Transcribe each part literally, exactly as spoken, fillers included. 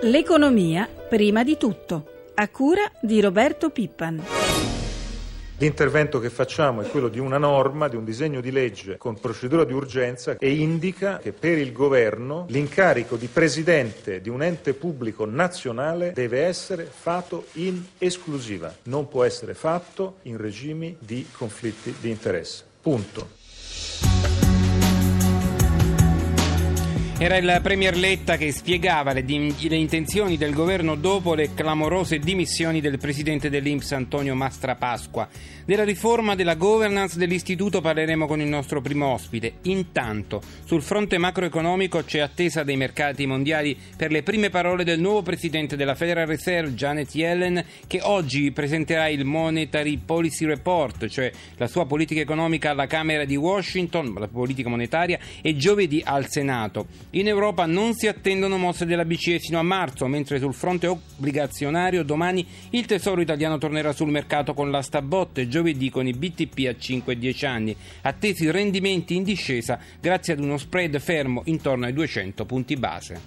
L'economia prima di tutto, a cura di Roberto Pippan. L'intervento che facciamo è quello di una norma, di un disegno di legge con procedura di urgenza e indica che per il governo l'incarico di presidente di un ente pubblico nazionale deve essere fatto in esclusiva, non può essere fatto in regimi di conflitti di interesse. Punto. Era il premier Letta che spiegava le, dim- le intenzioni del governo dopo le clamorose dimissioni del presidente dell'I N P S Antonio Mastrapasqua. Della riforma della governance dell'istituto parleremo con il nostro primo ospite. Intanto, sul fronte macroeconomico c'è attesa dei mercati mondiali per le prime parole del nuovo presidente della Federal Reserve, Janet Yellen, che oggi presenterà il Monetary Policy Report, cioè la sua politica economica alla Camera di Washington, la politica monetaria, e giovedì al Senato. In Europa non si attendono mosse della B C E fino a marzo, mentre sul fronte obbligazionario domani il Tesoro italiano tornerà sul mercato con l'asta botte, giovedì con i B T P a cinque e dieci anni, attesi rendimenti in discesa grazie ad uno spread fermo intorno ai duecento punti base.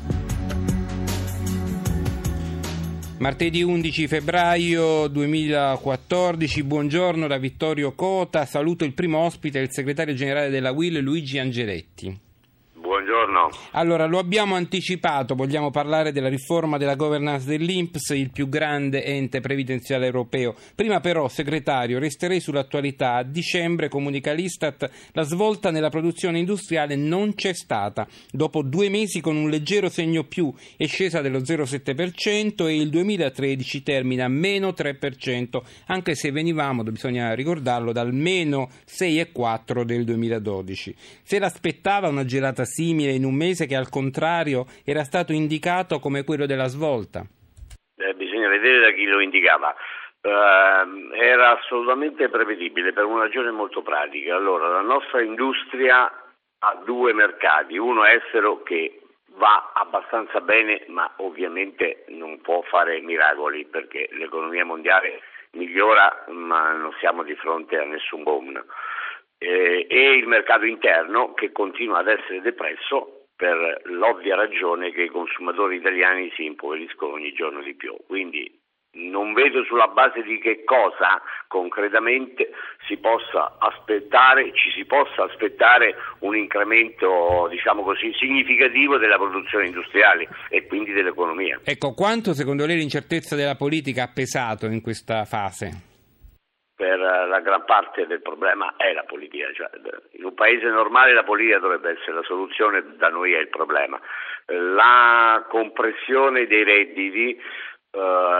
Martedì undici febbraio duemilaquattordici, buongiorno da Vittorio Cota, saluto il primo ospite, il segretario generale della U I L, Luigi Angeletti. Buongiorno. Allora, lo abbiamo anticipato, vogliamo parlare della riforma della governance dell'I N P S, il più grande ente previdenziale europeo. Prima però, segretario, resterei sull'attualità. A dicembre, comunica l'Istat, la svolta nella produzione industriale non c'è stata. Dopo due mesi con un leggero segno più è scesa dello zero virgola sette per cento e il duemilatredici termina meno tre per cento, anche se venivamo, bisogna ricordarlo, dal meno sei virgola quattro per cento del duemiladodici. Se l'aspettava una gelata simile in un mese che al contrario era stato indicato come quello della svolta? Eh, bisogna vedere da chi lo indicava. Uh, era assolutamente prevedibile per una ragione molto pratica. Allora, la nostra industria ha due mercati, uno estero che va abbastanza bene, ma ovviamente non può fare miracoli perché l'economia mondiale migliora, ma non siamo di fronte a nessun boom. Eh, e il mercato interno che continua ad essere depresso per l'ovvia ragione che i consumatori italiani si impoveriscono ogni giorno di più. Quindi non vedo sulla base di che cosa concretamente si possa aspettare, ci si possa aspettare un incremento, diciamo così, significativo della produzione industriale e quindi dell'economia. Ecco, quanto secondo lei l'incertezza della politica ha pesato in questa fase? Per la gran parte del problema è la politica, cioè in un paese normale la politica dovrebbe essere la soluzione, da noi è il problema. La compressione dei redditi, uh,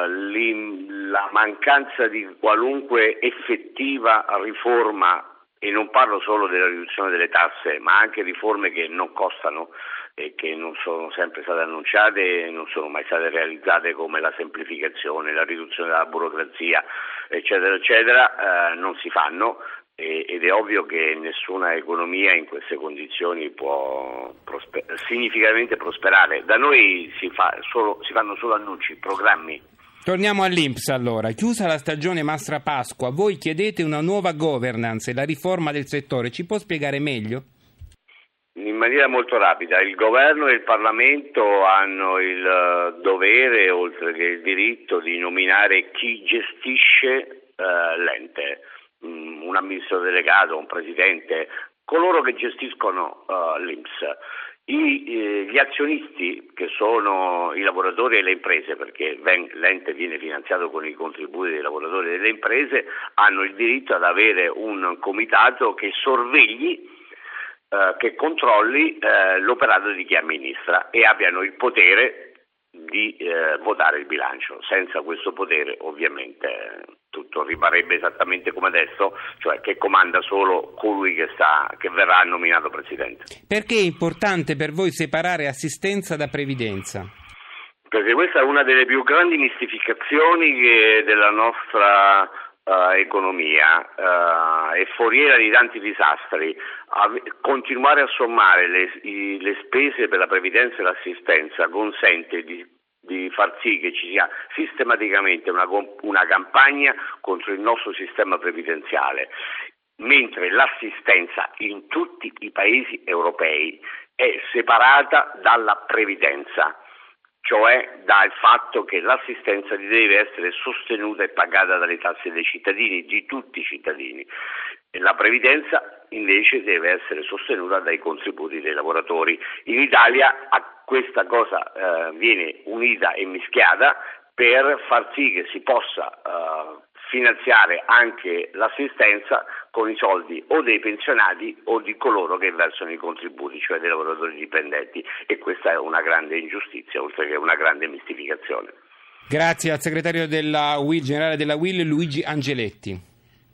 la mancanza di qualunque effettiva riforma, e non parlo solo della riduzione delle tasse, ma anche riforme che non costano e che non sono sempre state annunciate e non sono mai state realizzate, come la semplificazione, la riduzione della burocrazia, eccetera, eccetera, eh, non si fanno e, ed è ovvio che nessuna economia in queste condizioni può prosper- significativamente prosperare. Da noi si, fa solo, si fanno solo annunci, programmi. Torniamo all'I N P S allora. Chiusa la stagione Mastrapasqua, voi chiedete una nuova governance e la riforma del settore. Ci può spiegare meglio? In maniera molto rapida, il governo e il Parlamento hanno il dovere, oltre che il diritto, di nominare chi gestisce uh, l'ente, um, un amministratore delegato, un presidente, coloro che gestiscono uh, l'I N P S. I, eh, gli azionisti, che sono i lavoratori e le imprese, perché ven- l'ente viene finanziato con i contributi dei lavoratori e delle imprese, hanno il diritto ad avere un comitato che sorvegli, eh, che controlli eh, l'operato di chi amministra e abbiano il potere di eh, votare il bilancio. Senza questo potere ovviamente tutto rimarrebbe esattamente come adesso, cioè che comanda solo colui che sta che verrà nominato presidente. Perché è importante per voi separare assistenza da previdenza? Perché questa è una delle più grandi mistificazioni che della nostra uh, economia, uh, è foriera di tanti disastri. Ave- continuare a sommare le, i, le spese per la previdenza e l'assistenza consente di di far sì che ci sia sistematicamente una, una campagna contro il nostro sistema previdenziale, mentre l'assistenza in tutti i paesi europei è separata dalla previdenza. cioè dal fatto che l'assistenza deve essere sostenuta e pagata dalle tasse dei cittadini, di tutti i cittadini. E la previdenza invece deve essere sostenuta dai contributi dei lavoratori. In Italia a questa cosa eh, viene unita e mischiata per far sì che si possa eh, finanziare anche l'assistenza con i soldi o dei pensionati o di coloro che versano i contributi, cioè dei lavoratori dipendenti, e questa è una grande ingiustizia, oltre che una grande mistificazione. Grazie al segretario della U I L, generale della U I L, Luigi Angeletti.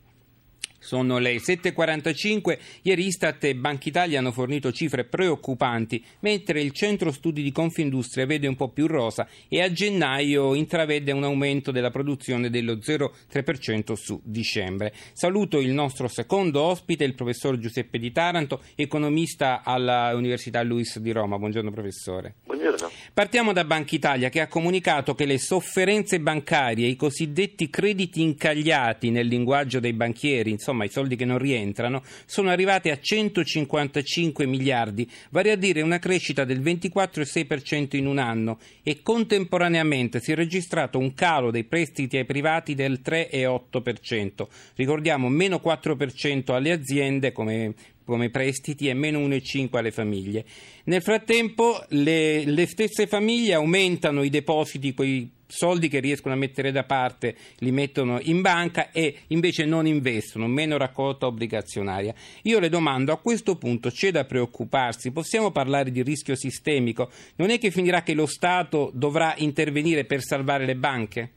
Sono le sette e quarantacinque, ieri Istat e Banca Italia hanno fornito cifre preoccupanti, mentre il centro studi di Confindustria vede un po' più rosa e a gennaio intravede un aumento della produzione dello zero virgola tre per cento su dicembre. Saluto il nostro secondo ospite, il professor Giuseppe Di Taranto, economista alla Università Luis di Roma. Buongiorno professore. Buongiorno. Partiamo da Banca Italia, che ha comunicato che le sofferenze bancarie, i cosiddetti crediti incagliati nel linguaggio dei banchieri, insomma i soldi che non rientrano, sono arrivati a centocinquantacinque miliardi, vale a dire una crescita del ventiquattro virgola sei per cento in un anno, e contemporaneamente si è registrato un calo dei prestiti ai privati del tre virgola otto per cento. Ricordiamo meno quattro per cento alle aziende come come prestiti e meno uno virgola cinque alle famiglie. Nel frattempo le, le stesse famiglie aumentano i depositi, quei soldi che riescono a mettere da parte li mettono in banca e invece non investono, meno raccolta obbligazionaria. Io le domando, a questo punto c'è da preoccuparsi? Possiamo parlare di rischio sistemico? Non è che finirà che lo Stato dovrà intervenire per salvare le banche?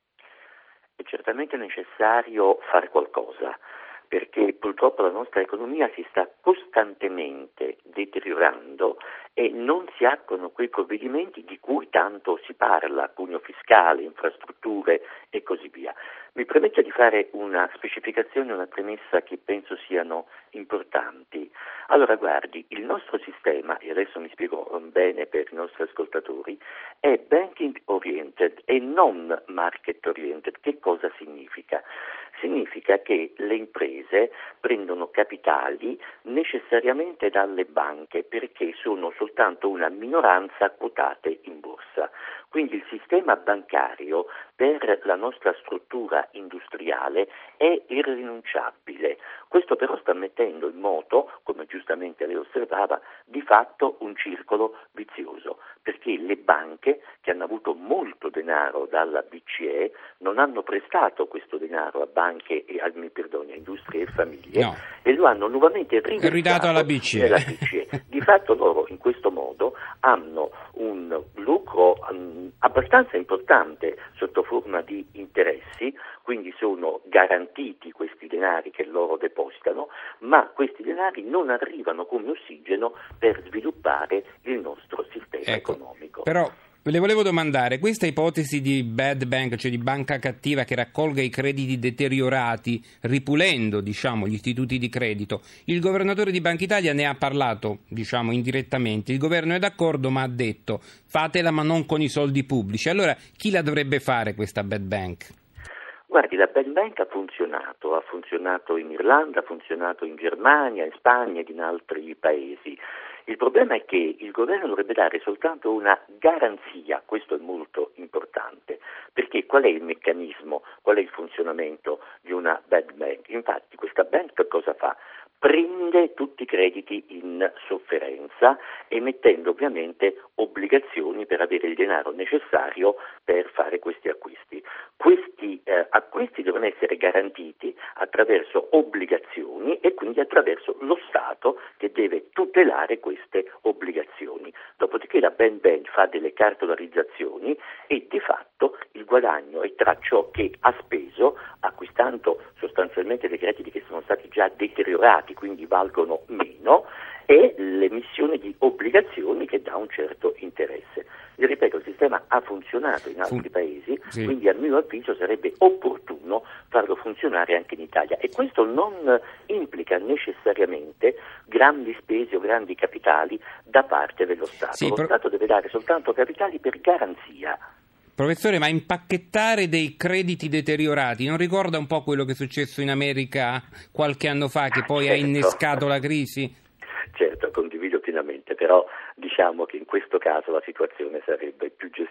È certamente necessario fare qualcosa, perché purtroppo la nostra economia si sta costantemente deteriorando e non si attuano quei provvedimenti di cui tanto si parla, cuneo fiscale, infrastrutture e così via. Mi permetto di fare una specificazione, una premessa che penso siano importanti. Allora, guardi, il nostro sistema, e adesso mi spiego bene per i nostri ascoltatori, è banking oriented e non market oriented. Che cosa significa? Significa che le imprese prendono capitali necessariamente dalle banche perché sono soltanto una minoranza quotate in borsa. Quindi il sistema bancario per la nostra struttura industriale è irrinunciabile. Questo però sta mettendo in moto, come giustamente lei osservava, di fatto un circolo vizioso, perché le banche, che hanno avuto molto denaro dalla B C E, non hanno prestato questo denaro a banche e a, mi perdoni, a industrie e famiglie, no, e lo hanno nuovamente ridato, ridato alla B C E. B C E. Di fatto loro in questo modo hanno un lucro um, abbastanza importante sotto forma di interessi, quindi sono garantiti questi denari che loro depositano, ma questi denari non arrivano come ossigeno per sviluppare il nostro sistema ecco, economico. Però le volevo domandare, questa ipotesi di bad bank, cioè di banca cattiva che raccolga i crediti deteriorati, ripulendo, diciamo, gli istituti di credito, il governatore di Banca Italia ne ha parlato, diciamo, indirettamente. Il governo è d'accordo, ma ha detto fatela ma non con i soldi pubblici. Allora chi la dovrebbe fare questa bad bank? Guardi, la bad bank ha funzionato, ha funzionato in Irlanda, ha funzionato in Germania, in Spagna ed in altri paesi. Il problema è che il governo dovrebbe dare soltanto una garanzia, questo è molto importante, perché qual è il meccanismo, qual è il funzionamento di una bad bank? Infatti questa bank cosa fa? Prende tutti i crediti in sofferenza, emettendo ovviamente obbligazioni per avere il denaro necessario per fare questi acquisti. Questi eh, acquisti devono essere garantiti attraverso obbligazioni e quindi attraverso lo Stato che deve tutelare queste obbligazioni. Dopodiché la bad bank fa delle cartolarizzazioni e di fatto il guadagno è tra ciò che ha speso acquistando sostanzialmente dei crediti che sono stati già deteriorati, quindi valgono meno, e l'emissione di obbligazioni che dà un certo interesse. Vi ripeto, il sistema ha funzionato in altri paesi, sì. Quindi a mio avviso sarebbe opportuno farlo funzionare anche in Italia, e questo non implica necessariamente grandi spese o grandi capitali da parte dello Stato. Sì, lo pro... Stato deve dare soltanto capitali per garanzia. Professore, ma impacchettare dei crediti deteriorati non ricorda un po' quello che è successo in America qualche anno fa, che poi certo. ha innescato la crisi? Certo, condivido pienamente, però diciamo che in questo caso la situazione sarebbe più gestita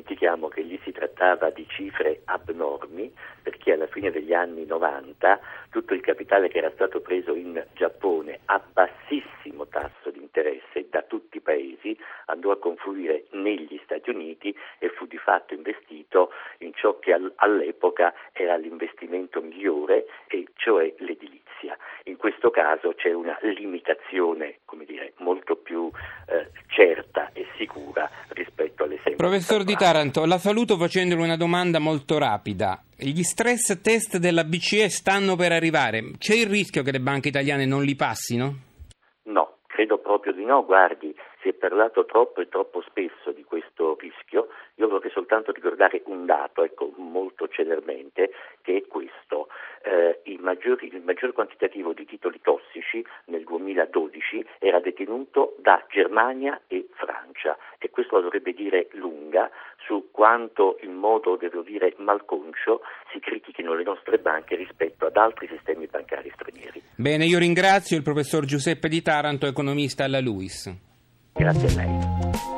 dimentichiamo che lì si trattava di cifre abnormi, perché alla fine degli anni novanta tutto il capitale che era stato preso in Giappone a bassissimo tasso di interesse da tutti i paesi andò a confluire negli Stati Uniti e fu di fatto investito in ciò che all'epoca era l'investimento migliore, e cioè l'edilizia. In questo caso c'è una limitazione, come dire, molto più eh, certa e sicura rispetto alle sempre. Professor Di Taranto, la saluto facendole una domanda molto rapida. Gli stress test della B C E stanno per arrivare. C'è il rischio che le banche italiane non li passino? No, credo proprio di no. Guardi, si è parlato troppo e troppo spesso di questo rischio. Io vorrei soltanto ricordare un dato, ecco, molto celermente, che è questo. Eh, il, maggiori, il maggior quantitativo di titoli tossici nel duemiladodici era detenuto da Germania e Francia, e questo dovrebbe dire lunga su quanto in modo, devo dire, malconcio si critichino le nostre banche rispetto ad altri sistemi bancari stranieri. Bene, io ringrazio il professor Giuseppe Di Taranto, economista alla LUISS. Grazie a lei.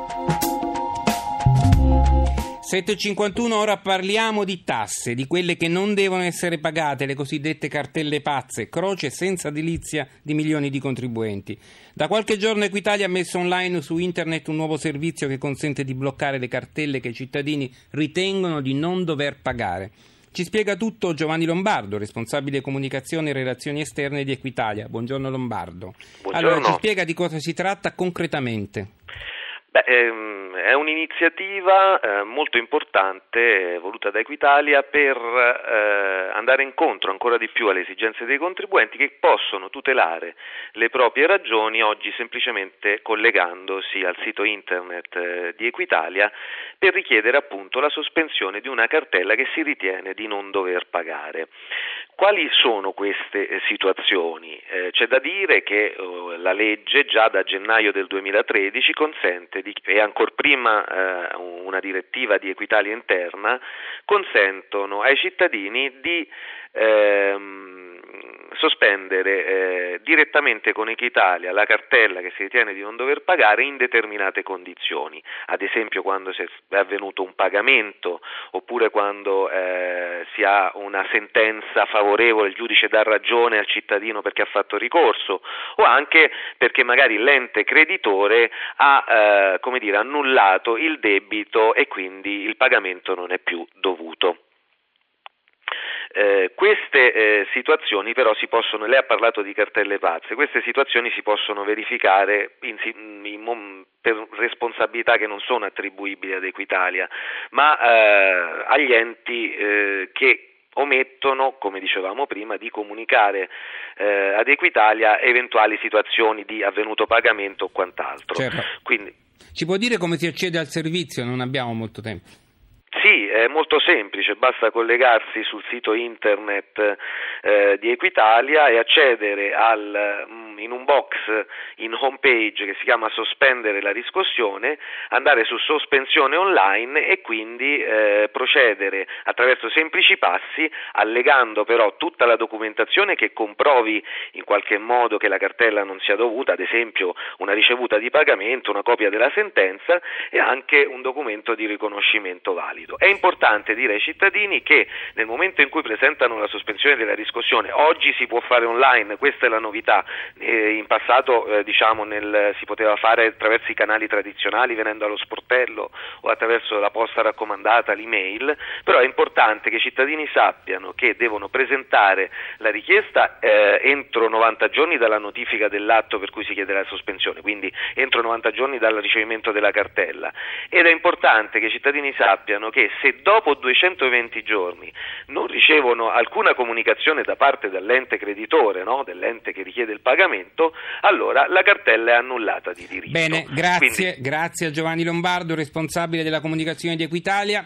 sette e cinquantuno, ora parliamo di tasse, di quelle che non devono essere pagate, le cosiddette cartelle pazze, croce senza delizia di milioni di contribuenti. Da qualche giorno Equitalia ha messo online su internet un nuovo servizio che consente di bloccare le cartelle che i cittadini ritengono di non dover pagare. Ci spiega tutto Giovanni Lombardo, responsabile comunicazione e relazioni esterne di Equitalia. Buongiorno Lombardo. Buongiorno. Allora, ci spiega di cosa si tratta concretamente. Beh, ehm, è un'iniziativa eh, molto importante eh, voluta da Equitalia per eh, andare incontro ancora di più alle esigenze dei contribuenti, che possono tutelare le proprie ragioni oggi semplicemente collegandosi al sito internet eh, di Equitalia per richiedere appunto la sospensione di una cartella che si ritiene di non dover pagare. Quali sono queste eh, situazioni? Eh, c'è da dire che oh, la legge già da gennaio del duemilatredici consente di, e ancor prima eh, una direttiva di Equitalia interna consentono ai cittadini di ehm, sospendere eh, direttamente con Equitalia la cartella che si ritiene di non dover pagare in determinate condizioni, ad esempio quando è avvenuto un pagamento oppure quando eh, si ha una sentenza favorevole, il giudice dà ragione al cittadino perché ha fatto ricorso, o anche perché magari l'ente creditore ha eh, come dire, annullato il debito e quindi il pagamento non è più dovuto. Eh, queste eh, situazioni però si possono, lei ha parlato di cartelle pazze, queste situazioni si possono verificare in, in, per responsabilità che non sono attribuibili ad Equitalia, ma eh, agli enti eh, che omettono, come dicevamo prima, di comunicare eh, ad Equitalia eventuali situazioni di avvenuto pagamento o quant'altro. Certo. Quindi, ci può dire come si accede al servizio? Non abbiamo molto tempo. Sì, è molto semplice, basta collegarsi sul sito internet eh, di Equitalia e accedere al, in un box in home page che si chiama sospendere la riscossione, andare su sospensione online e quindi eh, procedere attraverso semplici passi, allegando però tutta la documentazione che comprovi in qualche modo che la cartella non sia dovuta, ad esempio una ricevuta di pagamento, una copia della sentenza e anche un documento di riconoscimento valido. È importante dire ai cittadini che nel momento in cui presentano la sospensione della riscossione, oggi si può fare online, questa è la novità, eh, in passato eh, diciamo nel, si poteva fare attraverso i canali tradizionali venendo allo sportello o attraverso la posta raccomandata, l'email, però è importante che i cittadini sappiano che devono presentare la richiesta eh, entro novanta giorni dalla notifica dell'atto per cui si chiede la sospensione, quindi entro novanta giorni dal ricevimento della cartella, ed è importante che i cittadini sappiano che se dopo duecentoventi giorni non ricevono alcuna comunicazione da parte dell'ente creditore, no? dell'ente che richiede il pagamento, allora la cartella è annullata di diritto. Bene, grazie, Quindi... grazie a Giovanni Lombardo, responsabile della comunicazione di Equitalia.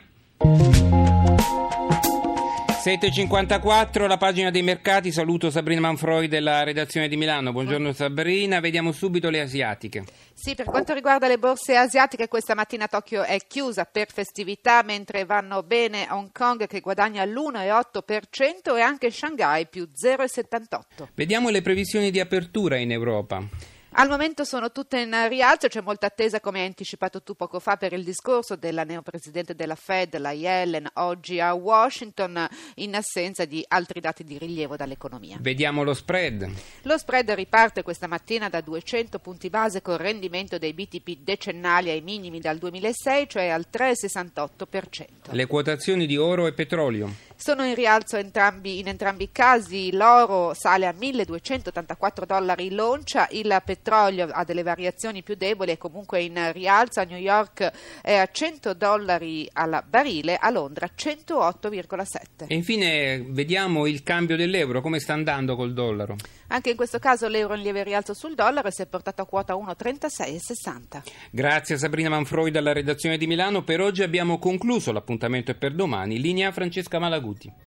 sette e cinquantaquattro, la pagina dei mercati. Saluto Sabrina Manfroi della redazione di Milano. Buongiorno Sabrina, vediamo subito le asiatiche. Sì, per quanto riguarda le borse asiatiche, questa mattina Tokyo è chiusa per festività, mentre vanno bene Hong Kong che guadagna l'uno virgola otto per cento e anche Shanghai più zero virgola settantotto. Vediamo le previsioni di apertura in Europa. Al momento sono tutte in rialzo, c'è molta attesa, come hai anticipato tu poco fa, per il discorso della neopresidente della Fed, la Yellen, oggi a Washington, in assenza di altri dati di rilievo dall'economia. Vediamo lo spread. Lo spread riparte questa mattina da duecento punti base con rendimento dei B T P decennali ai minimi dal duemilasei, cioè al tre virgola sessantotto per cento. Le quotazioni di oro e petrolio. Sono in rialzo entrambi, in entrambi i casi. L'oro sale a milleduecentottantaquattro dollari l'oncia, il petrolio ha delle variazioni più deboli e comunque in rialzo. A New York è a cento dollari al barile, a Londra centootto virgola sette. E infine vediamo il cambio dell'euro, come sta andando col dollaro. Anche in questo caso l'euro in lieve rialzo sul dollaro e si è portato a quota uno virgola trentasei sessanta. Grazie a Sabrina Manfroi dalla redazione di Milano. Per oggi abbiamo concluso, l'appuntamento è per domani. Linea Francesca Malaguti.